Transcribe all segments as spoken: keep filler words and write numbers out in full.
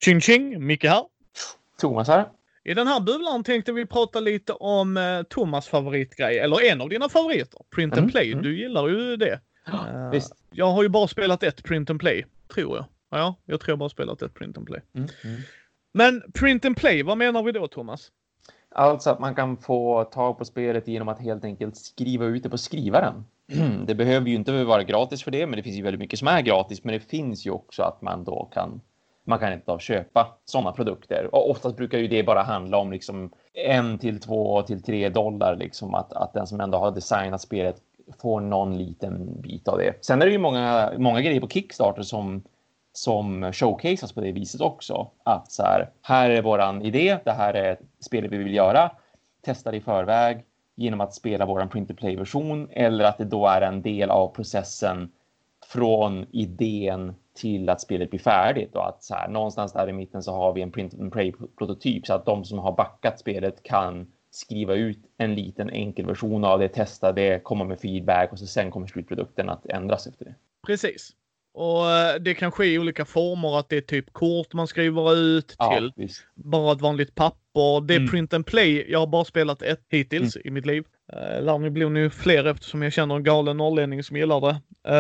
Tjing tjing, Micke här. Thomas här. I den här bubblan tänkte vi prata lite om eh, Thomas favoritgrej, eller en av dina favoriter, Print and Mm, Play. mm. Du gillar ju det. Ja, Eh, visst. Jag har ju bara spelat ett Print and Play, tror jag. Ja, jag tror jag bara spelat ett Print and Play. Mm, mm. Men Print and Play, vad menar vi då, Thomas? Alltså att man kan få tag på spelet genom att helt enkelt skriva ut det på skrivaren. Det behöver ju inte vara gratis för det, men det finns ju väldigt mycket som är gratis. Men det finns ju också att man då kan, man kan inte köpa sådana produkter. Och oftast brukar ju det bara handla om liksom en till två till tre dollar. Liksom att, att den som ändå har designat spelet får någon liten bit av det. Sen är det ju många, många grejer på Kickstarter som, som showcasas på det viset också. Att så här, här är våran idé, det här är spelet vi vill göra. Testa det i förväg genom att spela våran print-and-play-version, eller att det då är en del av processen från idén till att spelet blir färdigt. Och att så här, någonstans där i mitten så har vi en print-and-play-prototyp, så att de som har backat spelet kan skriva ut en liten enkel version av det, testa det, komma med feedback, och så sen kommer slutprodukten att ändras efter det. Precis. Och eh, det kan ske i olika former, att det är typ kort man skriver ut Ja, till visst. bara ett vanligt papper. Det är Mm. Print and Play. Jag har bara spelat ett hittills i mitt liv. Uh, lär mig bli nu fler eftersom jag känner en galen norrlänning som gillar det.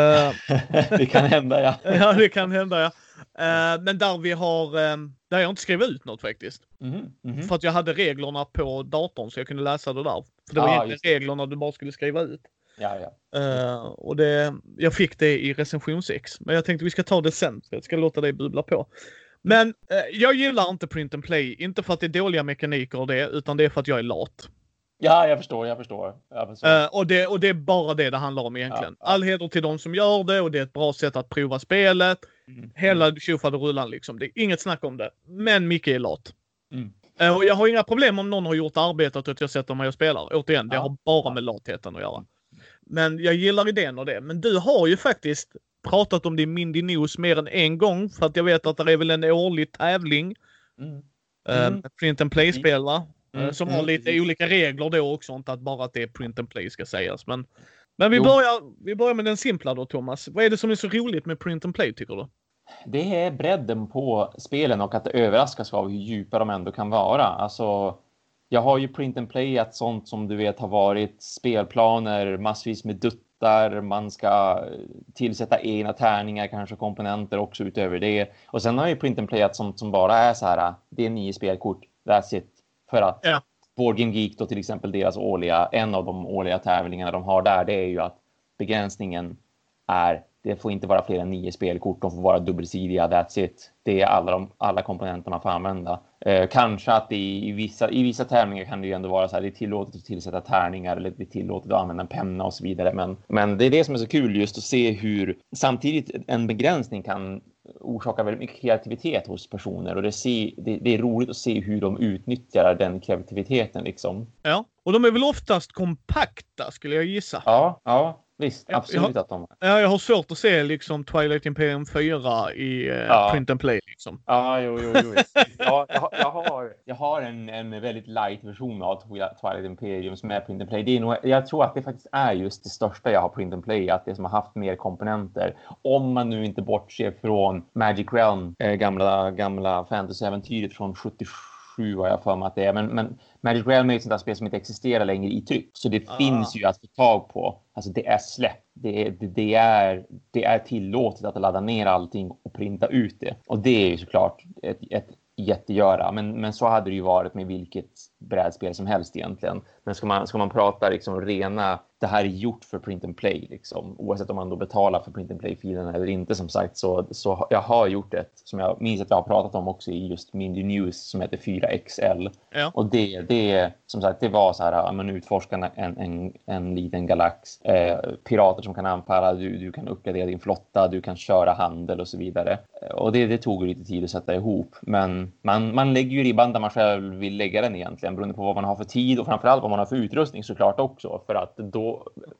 Uh, Det kan hända, ja. ja, det kan hända, ja. Uh, men där vi har, um, där jag inte skrev ut något faktiskt. Mhm, mhm. För att jag hade reglerna på datorn så jag kunde läsa det där. För det var Ja, egentligen just det. reglerna du bara skulle skriva ut. Ja, ja. Uh, och det, jag fick det i recension sex. Men jag tänkte vi ska ta det sen. Så jag ska låta dig bubbla på. Men uh, jag gillar inte Print and Play. Inte för att det är dåliga mekaniker och det. Utan det är för att jag är lat. Ja, jag förstår, jag förstår. Jag förstår. Uh, och, det, och det är bara det det handlar om egentligen. Ja, ja. All heder till de som gör det. Och det är ett bra sätt att prova spelet. Mm. Hela tjofade rullan liksom. Det är inget snack om det. Men Micke är lat. Mm. Uh, och jag har inga problem om någon har gjort arbetet att jag sätter mig och spelar. Återigen, det Ja. har bara med latheten att göra. Men jag gillar idén och det. Men du har ju faktiskt pratat om det i Mindy News mer än en gång. För att jag vet att det är väl en årlig tävling. Mm. Eh, Mm. Print and Play-spel, va? Eh, Mm. som Mm, har lite precis. olika regler då också. Inte att bara att det är Print and Play ska sägas. Men, men vi, Jo. börjar, vi börjar med den simpla då, Thomas. Vad är det som är så roligt med Print and Play, tycker du? Det är bredden på spelen och att det överraskas av hur djupa de ändå kan vara. Alltså, jag har ju Print and Play, ett sånt som du vet har varit spelplaner, massvis med duttar, man ska tillsätta egna tärningar, kanske komponenter också utöver det. Och sen har jag ju Print and Play ett sånt som bara är så här, det är nio spelkort, that's it. För att Ja. Board Game Geek då till exempel, deras årliga, en av de årliga tävlingarna de har där, det är ju att begränsningen är, det får inte vara fler än nio spelkort, de får vara dubbelsidiga, that's it. Det är alla, de, alla komponenter man får använda. Eh, kanske att det i, i, vissa, i vissa tävlingar kan det ju ändå vara så här, det är tillåtet att tillsätta tärningar eller det är tillåtet att använda en penna och så vidare. Men, men det är det som är så kul, just att se hur samtidigt en begränsning kan orsaka väldigt mycket kreativitet hos personer. Och det, se, det, det är roligt att se hur de utnyttjar den kreativiteten liksom. Ja. Och de är väl oftast kompakta, skulle jag gissa. Ja, ja. Visst, Ja, absolut jag- att de... Ja, jag har svårt att se liksom Twilight Imperium fyra i eh, Ja. Print and Play liksom. Ja, jo, jo, jo. Ja, jag, har- jag har, jag har en, en väldigt light version av Twilight Imperium som är Print and Play. Det är nog, jag tror att det faktiskt är just det största jag har Print and Play, att det som har haft mer komponenter. Om man nu inte bortser från Magic Realm, eh, gamla, gamla fantasy-äventyret från sjuttiosju var jag för mig att det är. Men, men Magic Realm är ett sånt där spel som inte existerar längre i tryck. Så det Ah. finns ju att få tag på. Alltså det är släppt. Det är, det, det, är, det är tillåtet att ladda ner allting och printa ut det. Och det är ju såklart ett, ett jättegöra. Men, men så hade det ju varit med vilket brädspel som helst egentligen. Men ska man, ska man prata liksom rena, det här är gjort för Print and Play liksom. Oavsett om man då betalar för Print and Play-filen eller inte, som sagt. Så, så jag har gjort ett som jag minns att jag har pratat om också i just Mindy News som heter fyra X L. Ja. Och det, det, som sagt, det var så här, ja, man utforskar en, en, en liten galax. Eh, pirater som kan anfalla, du, du kan uppgradera din flotta, du kan köra handel och så vidare. Eh, och det, det tog lite tid att sätta ihop. Men man, man lägger ju ribban där man själv vill lägga den egentligen, beroende på vad man har för tid och framförallt vad man har för utrustning såklart också. För att då,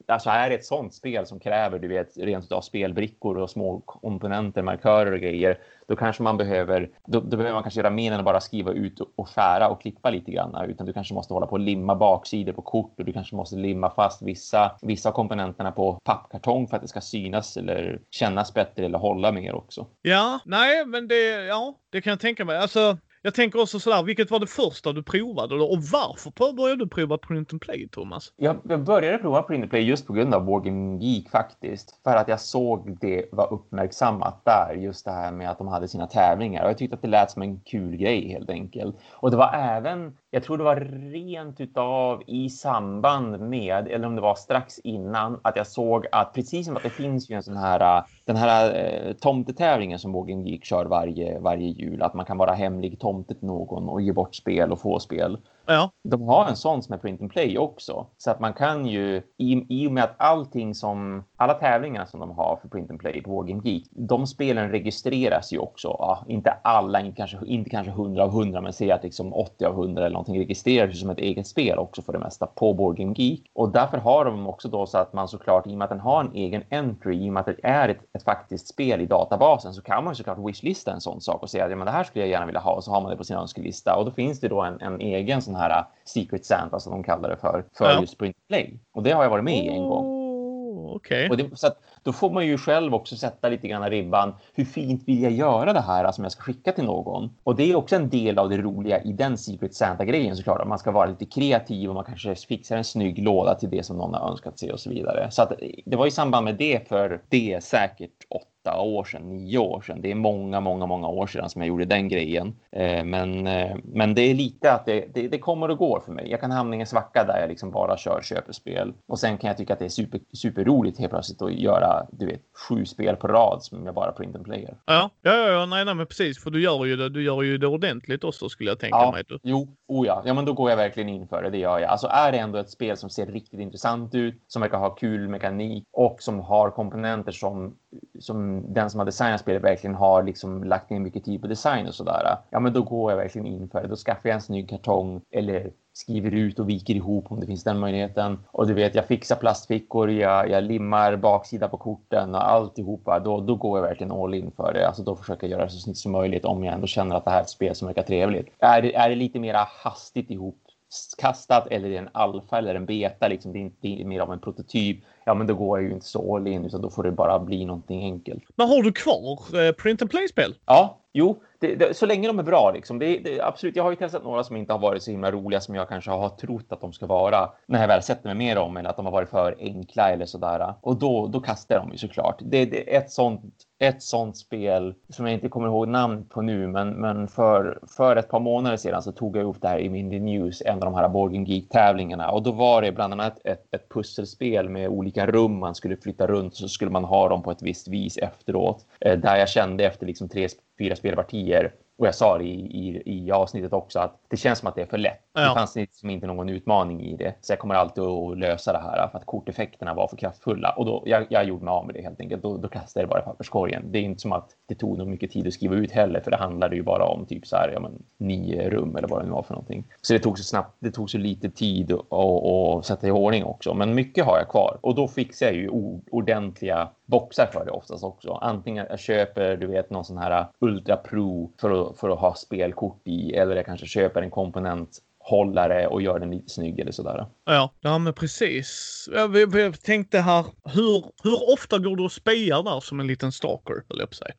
alltså är det ett sånt spel som kräver, du vet, rent av spelbrickor och små komponenter, markörer och grejer, då kanske man behöver, då, då behöver man kanske göra mer än att bara skriva ut och skära och klippa lite grann, utan du kanske måste hålla på och limma baksidor på kort, och du kanske måste limma fast vissa, vissa komponenterna på pappkartong för att det ska synas eller kännas bättre eller hålla mer också. Ja, nej, men det, ja, det kan jag tänka mig. Alltså, jag tänker också sådär, vilket var det första du provade då? Och varför började du prova Print and Play, Thomas? Jag, jag började prova Print and Play just på grund av Board Game Geek faktiskt. För att jag såg det var uppmärksammat där. Just det här med att de hade sina tävlingar. Och jag tyckte att det lät som en kul grej helt enkelt. Och det var även, jag tror det var rent utav i samband med, eller om det var strax innan, att jag såg att precis som att det finns ju en sån här, den här eh, tomtetävlingen som Board Game Geek kör varje, varje jul. Att man kan vara hemlig tomte till någon och ge bort spel och få spel. Ja. De har en sån som är Print and Play också. Så att man kan ju, i, i och med att allting som, alla tävlingar som de har för Print and Play på Board Game Geek, de spelen registreras ju också. Ja, inte alla, inte kanske, inte kanske hundra av hundra, men säg att liksom åttio av hundra eller någonting registreras ju som ett eget spel också för det mesta på Board Game Geek. Och därför har de också då så att man såklart, i och med att den har en egen entry, i och med att det är ett, ett faktiskt spel i databasen, så kan man ju såklart wishlista en sån sak och säga att ja, men det här skulle jag gärna vilja ha, och så har man det på sin önskelista. Och då finns det då en, en egen sån här Secret Santa som de kallar det för, för ja. just Print and Play. Och det har jag varit med i en gång. Okej. Okay. Så att då får man ju själv också sätta lite grann ribban. Hur fint vill jag göra det här som jag ska skicka till någon? Och det är också en del av det roliga i den Secret Santa-grejen såklart. Att man ska vara lite kreativ och man kanske fixar en snygg låda till det som någon har önskat sig och så vidare. Så att det var i samband med det, för det är säkert åtta år sedan, nio år sedan. Det är många, många, många år sedan som jag gjorde den grejen. Eh, men, eh, men det är lite att det, det, det kommer och går för mig. Jag kan hamna i en svacka där jag liksom bara kör köpespel. Och sen kan jag tycka att det är super, super roligt helt plötsligt att göra, du vet, sju spel på rad som jag bara print and player. Ja, ja, ja, nej, nej, men precis. För du gör ju det, du gör ju det ordentligt också, skulle jag tänka ja, mig. Du. Jo, oh ja. Ja, men då går jag verkligen in för det, det gör jag. Alltså är det ändå ett spel som ser riktigt intressant ut, som verkar ha kul mekanik och som har komponenter som, som den som har designat spelet verkligen har liksom lagt ner mycket tid på design och sådär. Ja, men då går jag verkligen in för det. Då skaffar jag en snygg kartong eller skriver ut och viker ihop om det finns den möjligheten. Och du vet, jag fixar plastfickor, jag, jag limmar baksida på korten och alltihopa. Då, då går jag verkligen all in för det. Alltså då försöker jag göra det så snyggt som möjligt om jag ändå känner att det här är ett spel som verkar trevligt. Är det, är det lite mer hastigt ihop kastat, eller är det en alfa eller en beta, liksom det är inte det är mer av en prototyp, ja men då går jag ju inte så all in, utan då får det bara bli någonting enkelt. Men har du kvar eh, print and play-spel? Ja, jo, det, det, så länge de är bra liksom. Det, det, absolut, jag har ju testat några som inte har varit så himla roliga som jag kanske har trott att de ska vara när jag väl sätter mig med dem, eller att de har varit för enkla eller sådär. Och då, då kastar de ju såklart. Det, det är ett sånt Ett sånt spel som jag inte kommer ihåg namn på nu, men, men för, för ett par månader sedan så tog jag upp det här i Mindy News, en av de här Board Game Geek-tävlingarna. Och då var det bland annat ett, ett pusselspel med olika rum man skulle flytta runt, så skulle man ha dem på ett visst vis efteråt. Eh, där jag kände efter liksom tre, fyra spelpartier, och jag sa det i, i, i avsnittet också, att det känns som att det är för lätt. Ja. Det fanns liksom inte någon utmaning i det. Så jag kommer alltid att lösa det här för att korteffekterna var för kraftfulla. Och då, jag, jag gjorde mig av med det helt enkelt. Då, då kastade jag det bara i papperskorgen. Det är inte som att det tog nog mycket tid att skriva ut heller. För det handlade ju bara om typ så här, ja, men, nio rum eller vad det nu var för någonting. Så det tog så snabbt, det tog så lite tid att sätta i ordning också. Men mycket har jag kvar. Och då fixar jag ju ordentliga boxar för det oftast också. Antingen jag köper, du vet, någon sån här Ultra Pro för att, för att ha spelkort i. Eller jag kanske köper en komponenthållare och gör den lite snygg eller sådär. Ja, ja men precis. Jag, jag tänkte här, hur, hur ofta går du och spejar där som en liten stalker, höll jag på sig?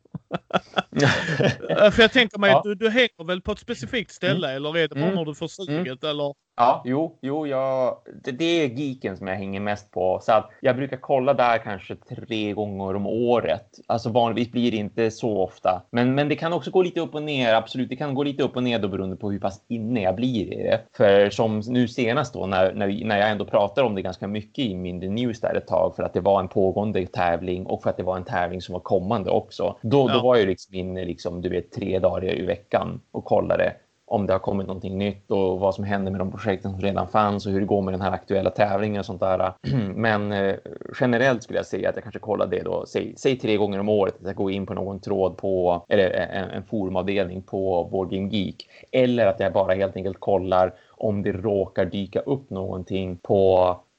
För jag tänker mig, ja. du, du hänger väl på ett specifikt ställe, mm. eller är det bara mm. när du får suget, mm. eller? Ja, jo, jo jag, det, det är Geeken som jag hänger mest på. Så att jag brukar kolla där kanske tre gånger om året. Alltså vanligtvis blir det inte så ofta. Men, men det kan också gå lite upp och ner, absolut. Det kan gå lite upp och ner då beroende på hur pass inne jag blir i det. För som nu senast då, när, när, när jag ändå pratar om det ganska mycket i Mindy News där ett tag, för att det var en pågående tävling och för att det var en tävling som var kommande också. Då, ja. då var jag liksom inne liksom, du vet, tre dagar i veckan och kollade om det har kommit någonting nytt och vad som händer med de projekten som redan fanns och hur det går med den här aktuella tävlingen och sånt där. Men eh, generellt skulle jag säga att jag kanske kollar det då, säg, säg tre gånger om året, att jag går in på någon tråd på, eller en, en forumavdelning på Board Game Geek. Eller att jag bara helt enkelt kollar om det råkar dyka upp någonting på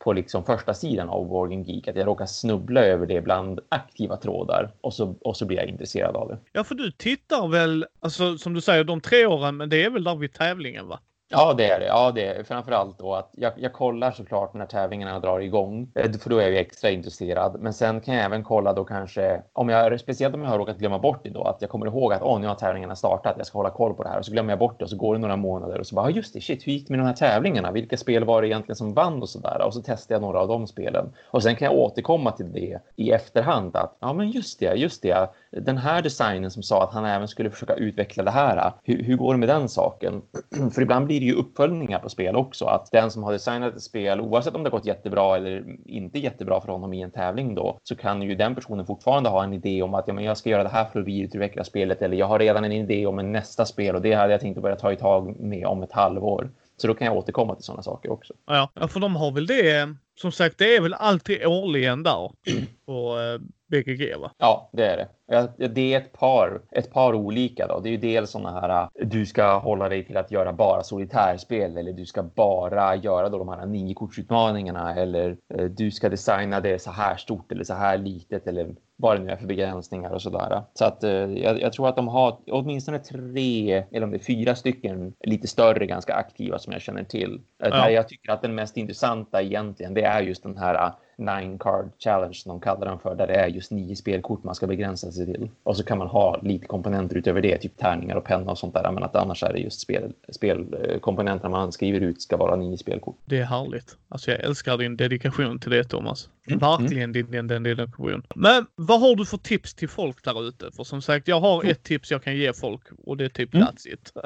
på liksom första sidan av Board Game Geek, att jag råkar snubbla över det bland aktiva trådar och så, och så blir jag intresserad av det. Ja, för du tittar väl, alltså som du säger, de tre åren, men det är väl där vid tävlingen, va? Ja, det är det. Ja, det är framförallt då att jag, jag kollar såklart när tävlingarna drar igång, för då är jag extra intresserad. Men sen kan jag även kolla då kanske, om jag, speciellt om jag har råkat glömma bort det då, att jag kommer ihåg att åh, nu har tävlingarna startat, jag ska hålla koll på det här. Och så glömmer jag bort det och så går det några månader och så bara, just det, shit, hur gick det med de här tävlingarna? Vilka spel var det egentligen som vann och sådär? Och så testar jag några av de spelen. Och sen kan jag återkomma till det i efterhand att, ja men just det, just det, den här designen som sa att han även skulle försöka utveckla det här. Hur, hur går det med den saken? För ibland blir det ju uppföljningar på spel också. Att den som har designat ett spel, oavsett om det har gått jättebra eller inte jättebra för honom i en tävling då, så kan ju den personen fortfarande ha en idé om att ja, men jag ska göra det här för att vidareutveckla spelet. Eller jag har redan en idé om en nästa spel och det hade jag tänkt att börja ta i tag med om ett halvår. Så då kan jag återkomma till sådana saker också. Ja, för de har väl det, som sagt, det är väl alltid årligen där på B G G, va? Ja, det är det. Det är ett par, ett par olika då. Det är ju dels sådana här, du ska hålla dig till att göra bara solitärspel, eller du ska bara göra då de här nio kortsutmaningarna, eller du ska designa det så här stort eller så här litet, eller vad det nu är för begränsningar och sådär. Så att jag, jag tror att de har åtminstone tre, eller om det är fyra stycken lite större, ganska aktiva som jag känner till. Ja. Där jag tycker att den mest intressanta egentligen, det är just den här nine card challenge som de kallar den för, där det är just nio spelkort man ska begränsa sig till. Och så kan man ha lite komponenter utöver det, typ tärningar och penna och sånt där, men att annars är det just spel, spelkomponenterna man skriver ut ska vara nio spelkort. Det är härligt. Alltså jag älskar din dedikation till det, Thomas. Mm. Verkligen din, din, din dedikation. Men vad har du för tips till folk där ute? För som sagt, jag har ett tips jag kan ge folk och det är typ mm. that's it.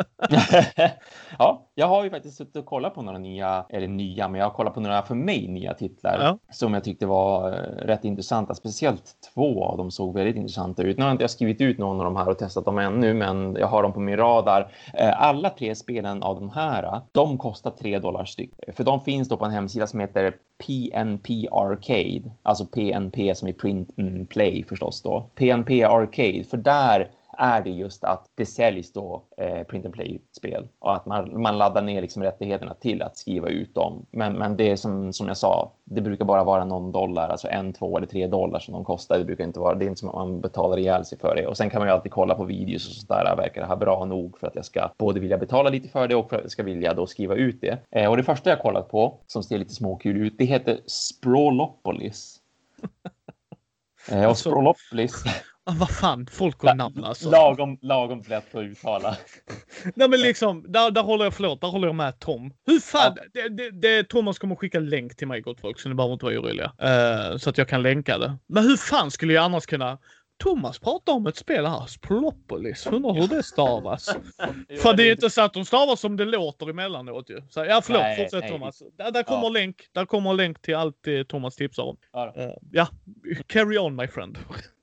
Ja, jag har ju faktiskt suttit och kollat på några nya, eller nya, men jag har kollat på några för mig nya titlar ja. Som jag tyckte var rätt intressanta. Speciellt två av dem såg väldigt intressanta ut. Nu har inte jag skrivit ut någon av de här och testat dem ännu, men jag har dem på min radar. Alla tre spelen av de här, de kostar tre dollar styck. För de finns då på en hemsida som heter P N P Arcade. Alltså P N P som i print and play förstås då. P N P Arcade, för där är det just att det säljs då eh, print and play-spel. Och att man, man laddar ner liksom rättigheterna till att skriva ut dem. Men, men det är som, som jag sa, det brukar bara vara någon dollar. Alltså en, två eller tre dollar som de kostar. Det brukar inte vara, det är inte som att man betalar ihjäl sig för det. Och sen kan man ju alltid kolla på videos och sådär. Verkar det här bra nog för att jag ska både vilja betala lite för det och för att jag ska vilja då skriva ut det. Eh, och det första jag kollat på, som ser lite småkul ut, det heter Sprawlopolis. eh, och alltså... Sprawlopolis... Ah, vad fan, folk och namn alltså. Lagom, lagom lätt att uttala. Nej men liksom, där, där håller jag, förlåt, där håller jag med Tom. Hur fan, ja. det, det, det, Thomas kommer skicka länk till mig, gott folk, så ni behöver inte vara oroliga. Uh, så att jag kan länka det. Men hur fan skulle jag annars kunna... Thomas pratar om ett spel här, Sprawlopolis. Undrar hur det stavas. För det är inte så att de stavas som det låter emellanåt ju. Så, ja, förlåt, nej, fortsätt nej. Thomas. Där, där kommer ja. länk. Där kommer länk till allt det Thomas tipsar om. Ja, uh, ja. Carry on my friend.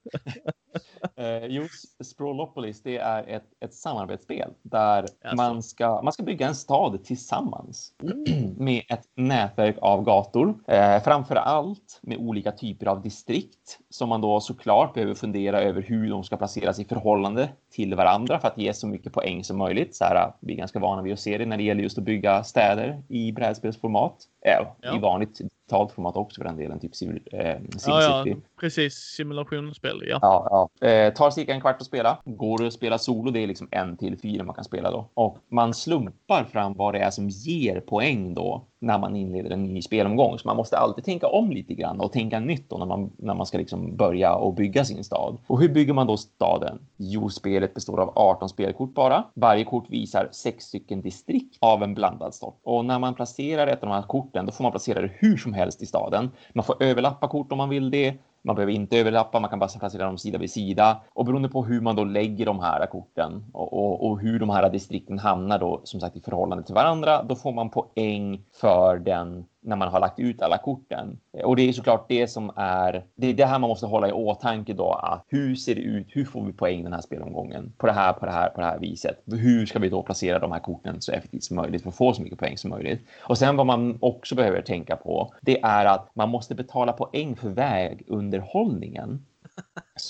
Uh, just Sprawlopolis, det är ett, ett samarbetsspel där alltså. man, ska, man ska bygga en stad tillsammans mm. med ett nätverk av gator. Uh, framför allt med olika typer av distrikt som man då såklart behöver fundera över hur de ska placeras i förhållande till varandra för att ge så mycket poäng som möjligt. Så här, vi är ganska vana vid att se det när det gäller just att bygga städer i brädspelsformat. Äh, ja. I vanligt digitalt format också för den delen, typ Sim, eh, SimCity. Ja, ja, precis. Simulationsspel, ja. Ja, ja. Eh, tar cirka en kvart att spela. Går det att spela solo, det är liksom en till fyra man kan spela då. Och man slumpar fram vad det är som ger poäng då när man inleder en ny spelomgång. Så man måste alltid tänka om lite grann och tänka nytt då när man, när man ska liksom börja och bygga sin stad. Och hur bygger man då staden? Jo, spelet består av arton spelkort bara. Varje kort visar sex stycken distrikt av en blandad sort. Och när man placerar ett av de här korten, då får man placera det hur som helst i staden. Man får överlappa kort om man vill det. Man behöver inte överlappa, man kan bara placera dem sida vid sida. Och beroende på hur man då lägger de här korten och, och, och hur de här distrikten hamnar då som sagt i förhållande till varandra, då får man poäng för den när man har lagt ut alla korten. Och det är såklart det som är, det är det här man måste hålla i åtanke då, att hur ser det ut, hur får vi poäng den här spelomgången? På det här, på det här, på det här viset. Hur ska vi då placera de här korten så effektivt som möjligt för att få så mycket poäng som möjligt? Och sen vad man också behöver tänka på, det är att man måste betala poäng för vägunderhållningen. Så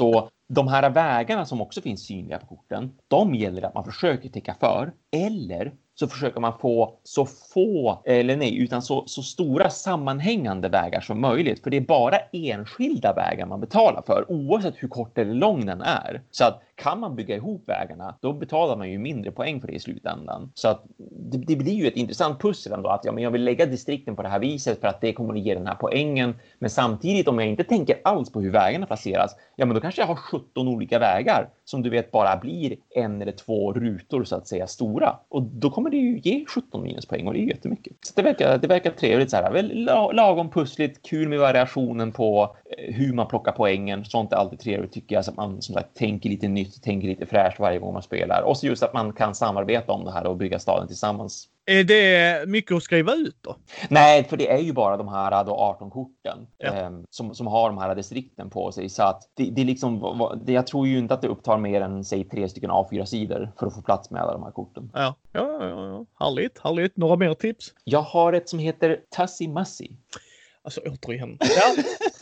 De här vägarna som också finns synliga på korten, de gäller att man försöker täcka för, eller så försöker man få så få, eller nej, utan så, så stora sammanhängande vägar som möjligt. För det är bara enskilda vägar man betalar för, oavsett hur kort eller lång den är. Så att kan man bygga ihop vägarna, då betalar man ju mindre poäng för det i slutändan. Så att det, det blir ju ett intressant pussel ändå, att ja, men jag vill lägga distrikten på det här viset för att det kommer att ge den här poängen. Men samtidigt, om jag inte tänker alls på hur vägarna placeras, ja men då kanske jag har sjutton olika vägar som du vet bara blir en eller två rutor så att säga stora. Och då kommer det ju ge sjutton minuspoäng och det är jättemycket. Så det verkar, det verkar trevligt så här. Väl lagom pussligt, kul med variationen på hur man plockar poängen. Sånt är alltid trevligt tycker jag, så att man som sagt tänker lite nytt, tänker lite fräscht varje gång man spelar. Och så just att man kan samarbeta om det här och bygga staden tillsammans. Är det mycket att skriva ut då? Nej, för det är ju bara de här då arton korten ja. eh, som, som har de här distrikten på sig. Så att det, det är liksom, det, jag tror ju inte att det upptar mer än säg tre stycken A fyra sidor för att få plats med alla de här korten. Ja, ja, ja, ja. Härligt, härligt. Några mer tips? Jag har ett som heter Tussie Mussie. Alltså återigen. Ja.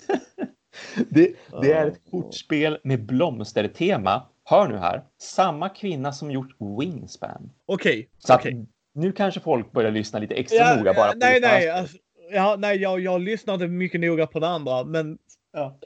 det, det är ett kortspel med blomstertema. Hör nu här. Samma kvinna som gjort Wingspan. Okej. Så okay. att nu kanske folk börjar lyssna lite extra ja, noga bara på nej, nej. Alltså, ja, nej, jag, jag lyssnade mycket noga på det andra, men... Ja.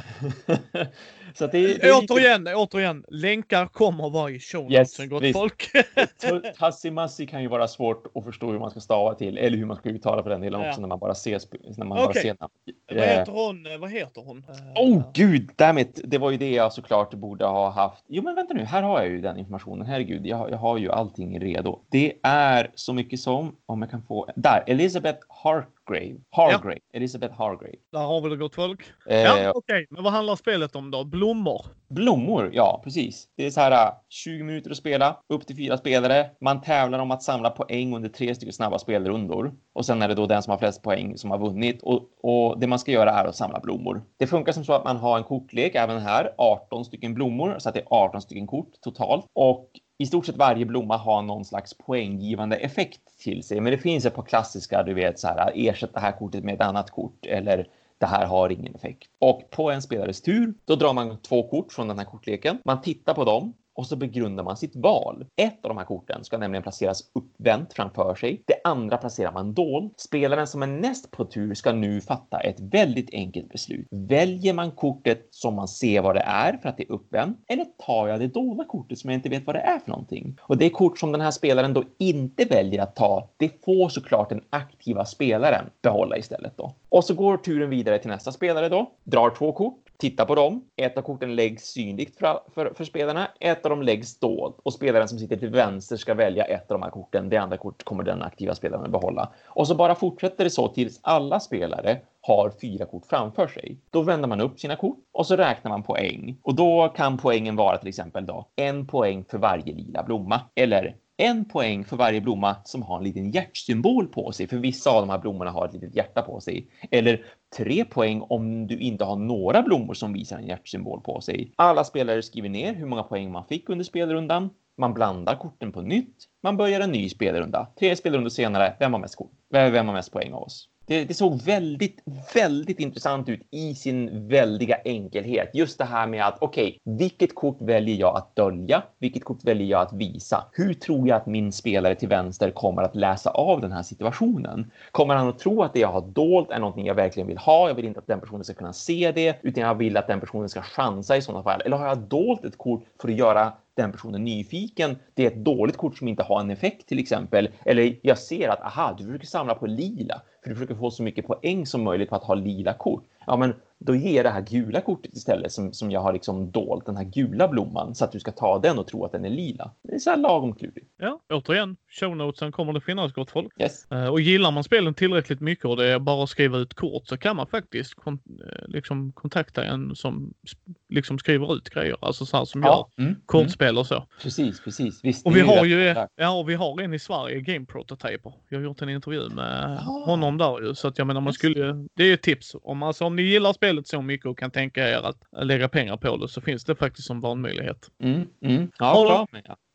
Så att det, det är återigen, lite... återigen, länkar kommer vara i show notes, yes, sen gott visst. folk. Tussie Mussie kan ju vara svårt att förstå hur man ska stava till, eller hur man ska uttala för den delen ja. också när man bara ser när man okay. bara ser den. Vad heter hon? Vad heter hon? Åh oh, gud, dammit. Det var ju det jag såklart borde ha haft. Jo men vänta nu, här har jag ju den informationen. Herregud, jag, jag har ju allting redo. Det är så mycket som, om jag kan få, där, Elizabeth Hargrave. Hargrave. Ja. Elizabeth Hargrave. Där har vi det gott folk. Eh, ja, okej. Okay. Men vad handlar spelet om då? Blommor? Blommor, ja precis. Det är så här tjugo minuter att spela, upp till fyra spelare. Man tävlar om att samla poäng under tre stycken snabba spelrundor. Och sen är det då den som har flest poäng som har vunnit. Och, och det man ska göra är att samla blommor. Det funkar som så att man har en kortlek även här. arton stycken blommor, så att det är arton stycken kort totalt. Och i stort sett varje blomma har någon slags poänggivande effekt till sig. Men det finns ett par klassiska, du vet så här, ersätt det här kortet med ett annat kort. Eller det här har ingen effekt. Och på en spelares tur, då drar man två kort från den här kortleken. Man tittar på dem och så begrundar man sitt val. Ett av de här korten ska nämligen placeras uppvänt framför sig. Det andra placerar man dold. Spelaren som är näst på tur ska nu fatta ett väldigt enkelt beslut. Väljer man kortet som man ser vad det är för att det är uppvänt? Eller tar jag det dolda kortet som jag inte vet vad det är för någonting? Och det kort som den här spelaren då inte väljer att ta, det får såklart den aktiva spelaren behålla istället då. Och så går turen vidare till nästa spelare då. Drar två kort. Titta på dem. Ett av korten läggs synligt för, för, för spelarna. Ett av dem läggs dolt. Och spelaren som sitter till vänster ska välja ett av de här korten. Det andra kortet kommer den aktiva spelaren behålla. Och så bara fortsätter det så tills alla spelare har fyra kort framför sig. Då vänder man upp sina kort och så räknar man poäng. Och då kan poängen vara till exempel då en poäng för varje lila blomma. Eller en poäng för varje blomma som har en liten hjärtsymbol på sig. För vissa av de här blommorna har ett litet hjärta på sig. Eller tre poäng om du inte har några blommor som visar en hjärtsymbol på sig. Alla spelare skriver ner hur många poäng man fick under spelrundan. Man blandar korten på nytt. Man börjar en ny spelrunda. Tre spelrundor senare, vem har mest kort? Vem har mest poäng av oss? Det, det såg väldigt, väldigt intressant ut i sin väldiga enkelhet. Just det här med att, okej, okay, vilket kort väljer jag att dölja? Vilket kort väljer jag att visa? Hur tror jag att min spelare till vänster kommer att läsa av den här situationen? Kommer han att tro att det jag har dolt är någonting jag verkligen vill ha? Jag vill inte att den personen ska kunna se det, utan jag vill att den personen ska chansa i sådana fall. Eller har jag dolt ett kort för att göra den personen nyfiken? Det är ett dåligt kort som inte har en effekt till exempel. Eller jag ser att, aha, du försöker samla på lila. För du försöker få så mycket poäng som möjligt på att ha lila kort. Ja, men då ger det här gula kortet istället som, som jag har liksom dolt, den här gula blomman, så att du ska ta den och tro att den är lila. Det är så här lagom klurigt. Ja, återigen, shownotesen kommer det finnas gott folk. Yes. Uh, och gillar man spelen tillräckligt mycket och det är bara att skriva ut kort, så kan man faktiskt kon- liksom kontakta en som liksom skriver ut grejer, alltså så här som ja. gör mm. kortspel och så. Precis, precis. Visst, och vi har ju, ja, och vi har en i Sverige, Game Prototyper. Jag har gjort en intervju med ah. honom där ju, så att jag menar man skulle, det är ju ett tips. Om, alltså, om ni gillar spelet så mycket och kan tänka er att lägga pengar på det, så finns det faktiskt som valmöjlighet. Mm, mm. Ja, bra. Ja.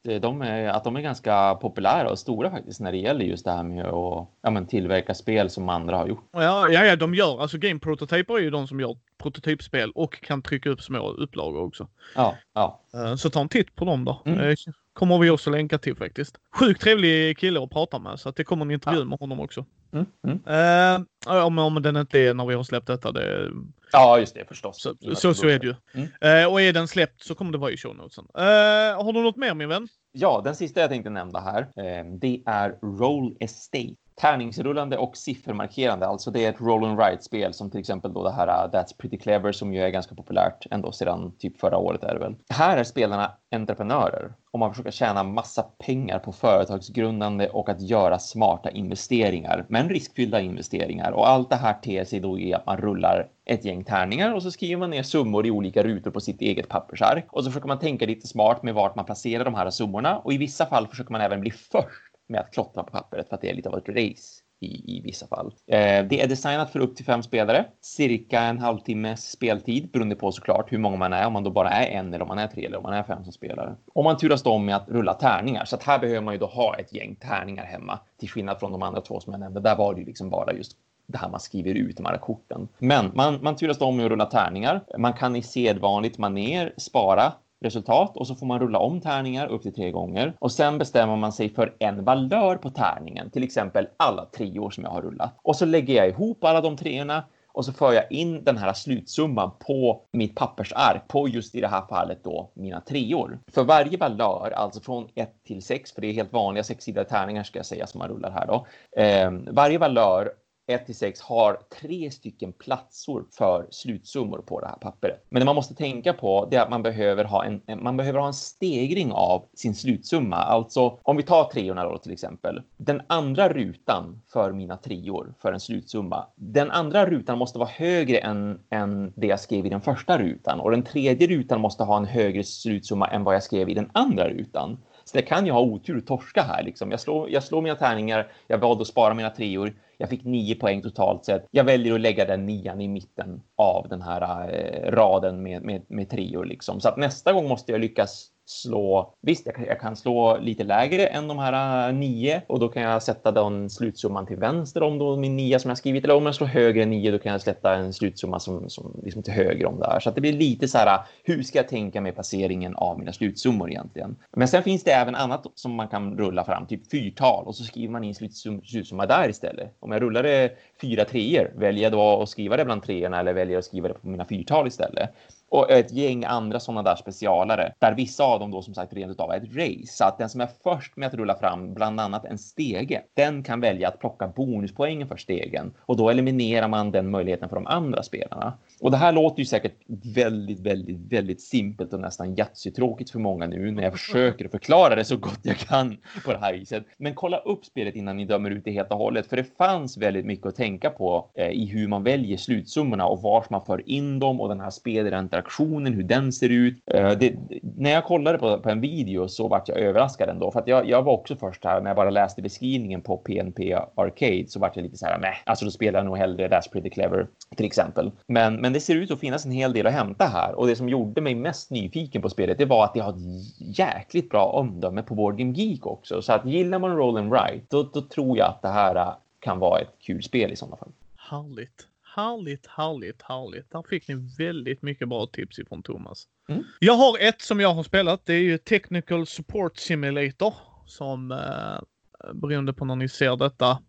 de är, att de är ganska populära och stora faktiskt när det gäller just det här med att ja, men tillverka spel som andra har gjort. Ja, ja, ja, de gör, alltså Game Prototyper är ju de som gör prototypspel och kan trycka upp små upplagor också. Ja, ja. Så ta en titt på dem då. Mm. Kommer vi också länka till faktiskt. Sjukt trevlig kille att prata med, så att det kommer en intervju ja. med honom också. Mm. Mm. Uh, om, om den inte är när vi har släppt detta. Det... Ja, just det, förstås. Så, så, så är det ju. Mm. Uh, och är den släppt så kommer det vara i show notesen. Uh, har du något mer, min vän? Ja, den sista jag tänkte nämna här, eh, det är Roll Estate. Tärningsrullande och siffermarkerande, alltså det är ett roll and write-spel som till exempel då det här uh, That's Pretty Clever som ju är ganska populärt ändå sedan typ förra året är det väl. Här är spelarna entreprenörer och man försöker tjäna massa pengar på företagsgrundande och att göra smarta investeringar, men riskfyllda investeringar, och allt det här ter sig då i att man rullar ett gäng tärningar och så skriver man ner summor i olika rutor på sitt eget pappersark och så försöker man tänka lite smart med vart man placerar de här summorna, och i vissa fall försöker man även bli först med att klottra på pappret för att det är lite av ett race i, i vissa fall. Eh, det är designat för upp till fem spelare. Cirka en halvtimmes speltid beroende på såklart hur många man är. Om man då bara är en eller om man är tre eller om man är fem som spelare. Och man turas då om med att rulla tärningar. Så att här behöver man ju då ha ett gäng tärningar hemma. Till skillnad från de andra två som jag nämnde. Där var det ju liksom bara just det här man skriver ut de här korten. Men man, man turas då om med att rulla tärningar. Man kan i sedvanligt manér spara resultat och så får man rulla om tärningar upp till tre gånger och sen bestämmer man sig för en valör på tärningen, till exempel alla treor som jag har rullat, och så lägger jag ihop alla de treorna och så för jag in den här slutsumman på mitt pappersark på just i det här fallet då mina treor. För varje valör, alltså från ett till sex, för det är helt vanliga sexsidade tärningar ska jag säga som man rullar här då, eh, varje valör ett till sex har tre stycken platsor för slutsummor på det här pappret. Men det man måste tänka på det är att man behöver ha en, man behöver ha en stegring av sin slutsumma. Alltså om vi tar treorna då till exempel. Den andra rutan för mina treor för en slutsumma. Den andra rutan måste vara högre än, än det jag skrev i den första rutan. Och den tredje rutan måste ha en högre slutsumma än vad jag skrev i den andra rutan. Så det kan ju ha otur och torska här liksom. Jag slår, jag slår mina tärningar, jag valde att spara mina treor. Jag fick nio poäng totalt sett. Jag väljer att lägga den nian i mitten av den här eh, raden med, med, med treor liksom. Så att nästa gång måste jag lyckas slå, visst jag kan, jag kan slå lite lägre än de här uh, nio och då kan jag sätta den slutsumman till vänster om då min nia som jag skrivit, eller om jag slår högre än nio då kan jag sätta en slutsumma som, som liksom till höger om där. Så att det blir lite så här, hur ska jag tänka med placeringen av mina slutsummor egentligen. Men sen finns det även annat som man kan rulla fram, typ fyrtal, och så skriver man in slutsum, slutsumma där istället. Om jag rullar det fyra treor, väljer jag då att skriva det bland treorna eller väljer jag att skriva det på mina fyrtal istället. Och ett gäng andra sådana där specialare. Där vissa av dem då som sagt rent utav är ett race. Så att den som är först med att rulla fram bland annat en stege. Den kan välja att plocka bonuspoängen för stegen. Och då eliminerar man den möjligheten för de andra spelarna. Och det här låter ju säkert väldigt, väldigt, väldigt simpelt och nästan jättetråkigt för många nu. När jag försöker förklara det så gott jag kan på det här viset. Men kolla upp spelet innan ni dömer ut det helt och hållet. För det fanns väldigt mycket att tänka på eh, i hur man väljer slutsummorna. Och vart man för in dem och den här spelräntan. Aktionen, hur den ser ut. Uh, det, när jag kollade på, på en video så vart jag överraskad ändå. För att jag, jag var också först här, när jag bara läste beskrivningen på P N P Arcade så vart jag lite så här, nej, alltså då spelar jag nog hellre That's Pretty Clever till exempel. Men, men det ser ut att finnas en hel del att hämta här. Och det som gjorde mig mest nyfiken på spelet, det var att det har ett jäkligt bra omdöme på Board Game Geek också. Så att gillar man Roll and Write, då, då tror jag att det här kan vara ett kul spel i sådana fall. Härligt. Härligt, härligt, härligt. Där fick ni väldigt mycket bra tips ifrån Thomas. Mm. Jag har ett som jag har spelat. Det är ju Technical Support Simulator. Som eh, beroende på när ni ser detta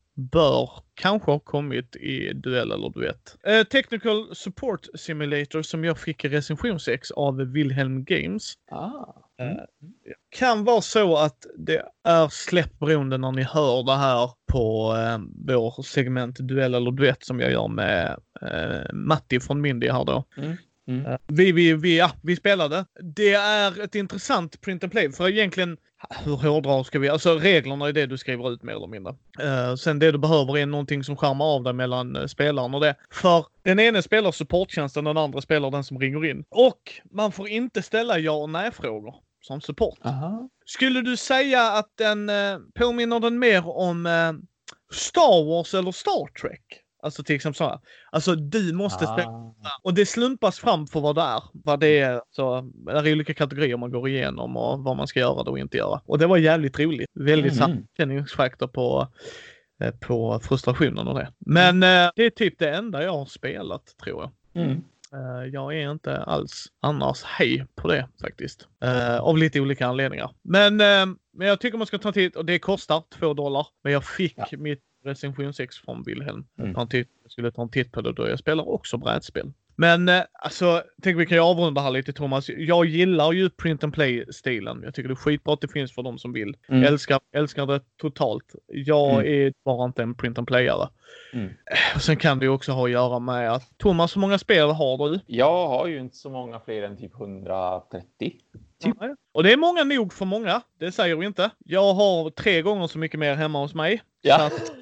bör kanske ha kommit i duell eller duett. Eh, Technical Support Simulator som jag fick i recension sex av Wilhelm Games. Ah. Mm. Eh, kan vara så att det är släppberoende när ni hör det här på eh, vår segment duell eller duett som jag gör med eh, Matti från Mindy här då. Mm. Mm. Uh, vi, vi, vi, ja, vi spelade. Det är ett intressant print and play. För egentligen, hur hårdrar ska vi? Alltså reglerna är det du skriver ut mer eller mindre. Uh, sen det du behöver är någonting som skärmar av dig mellan uh, spelaren och det. För den ene spelar supporttjänsten, den andra spelar den som ringer in. Och man får inte ställa ja och nej-frågor som support. Aha. Skulle du säga att den uh, påminner den mer om uh, Star Wars eller Star Trek? Alltså till exempel så här. Alltså du måste Ah. spela. Och det slumpas fram för vad det är. Vad det är. Så det är olika kategorier man går igenom och vad man ska göra och inte göra. Och det var jävligt roligt. Väldigt Mhm. mm. känningsfaktor på, eh, på frustrationen och det. Men eh, det är typ det enda jag har spelat, tror jag. Mm. Uh, jag är inte alls annars hej på det faktiskt. Uh, av lite olika anledningar. Men, uh, men jag tycker man ska ta tid och det kostar två dollar. Men jag fick ja. mitt recensionsex från Wilhelm. Mm. Jag, jag skulle ta en titt på det då jag spelar också brädspel. Men uh, alltså, tänk vi kan ju avrunda här lite Thomas. Jag gillar ju print and play-stilen. Jag tycker det är skitbra att det finns för de som vill. Mm. Älskar, älskar det totalt. Jag mm. är bara inte en print and playare. Mm. Och sen kan det ju också ha att göra med att Thomas, hur många spel har du? Jag har ju inte så många fler än typ hundratrettio. Typ. Ja, och det är många nog för många. Det säger vi inte. Jag har tre gånger så mycket mer hemma hos mig. Ja, så att...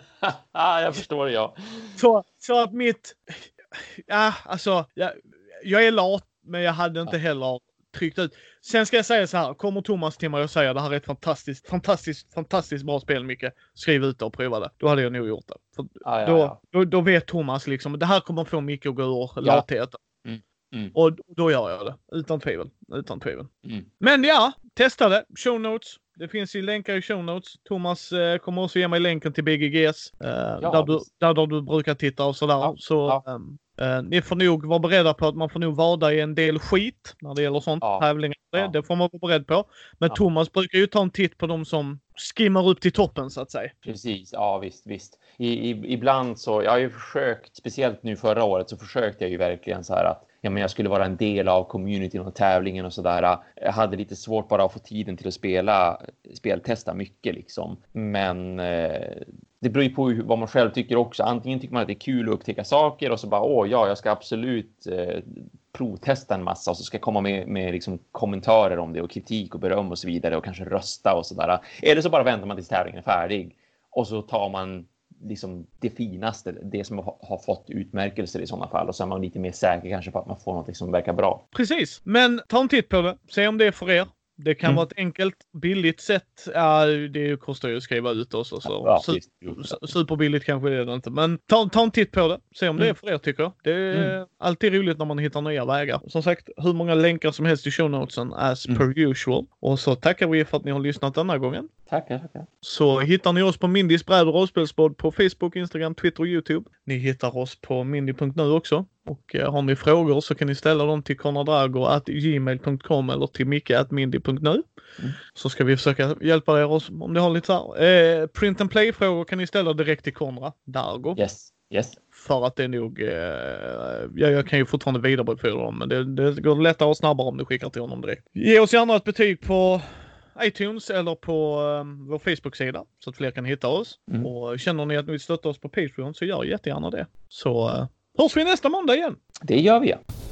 ah, jag förstår ja. Så, så att mitt... Ja, alltså... Jag, jag är lat, men jag hade inte ja. heller tryckt ut. Sen ska jag säga så här. Kommer Thomas till mig och säger det här är ett fantastiskt, fantastiskt, fantastiskt bra spel, Micke. Skriv ut det och prova det. Då hade jag nog gjort det. För ah, ja, då, ja. Då, då vet Thomas liksom, det här kommer få Micke att gå ur ja. latheten. Mm. Mm. Och då gör jag det. Utan tvivel. Utan tvivel. Mm. Men ja, testa det. Show notes. Det finns ju länkar i show notes. Thomas eh, kommer också ge mig länken till B G G S. Eh, ja, där, du, där, där du brukar titta och sådär. Ja, så ja. Um, uh, ni får nog vara beredda på att man får nog vara i en del skit när det gäller sånt. Ja. Tävlingar. Det, ja. det får man vara beredd på. Men ja. Thomas brukar ju ta en titt på de som skimmar upp till toppen så att säga. Precis, ja visst, visst. I, i, ibland så, jag har ju försökt, speciellt nu förra året så försökte jag ju verkligen så här att ja, men jag skulle vara en del av communityn och tävlingen och sådär. Jag hade lite svårt bara att få tiden till att spela, speltesta mycket liksom. Men eh, det beror ju på hur, vad man själv tycker också. Antingen tycker man att det är kul att upptäcka saker och så bara, åh ja, jag ska absolut eh, provtesta en massa och så ska jag komma med, med liksom kommentarer om det och kritik och beröm och så vidare och kanske rösta och sådär. Eller så bara väntar man tills tävlingen är färdig och så tar man liksom det finaste, det som har fått utmärkelser i sådana fall och så är man lite mer säker kanske på att man får något som verkar bra. Precis, men ta en titt på det, se om det är för er. Det kan mm. vara ett enkelt, billigt sätt. Ja, det kostar ju att skriva ut oss och så. Ja, Super, superbilligt kanske det är det inte. Men ta, ta en titt på det. Se om mm. det är för er tycker jag. Det är mm. alltid roligt när man hittar nya vägar. Som sagt, hur många länkar som helst i show notesen as mm. per usual. Och så tackar vi för att ni har lyssnat denna gången. Tackar, tackar. Så hittar ni oss på Mindys bräd- och rollspelspodd på Facebook, Instagram, Twitter och YouTube. Ni hittar oss på mindy punkt nu också. Och eh, har ni frågor så kan ni ställa dem till konradrago at gmail punkt com eller till micke at mindy punkt nu. Mm. Så ska vi försöka hjälpa er oss om ni har lite så här. Eh, print and play-frågor kan ni ställa direkt till Konrad Dargo. Yes, yes. För att det är nog, eh, ja, jag kan ju fortfarande vidarebefordra dem, men det, det går lättare och snabbare om du skickar till honom direkt. Ge oss gärna ett betyg på iTunes eller på um, vår Facebook-sida så att fler kan hitta oss. Mm. Och känner ni att ni vill stötta oss på Patreon så gör jättegärna det. Så uh, hörs vi nästa måndag igen. Det gör vi.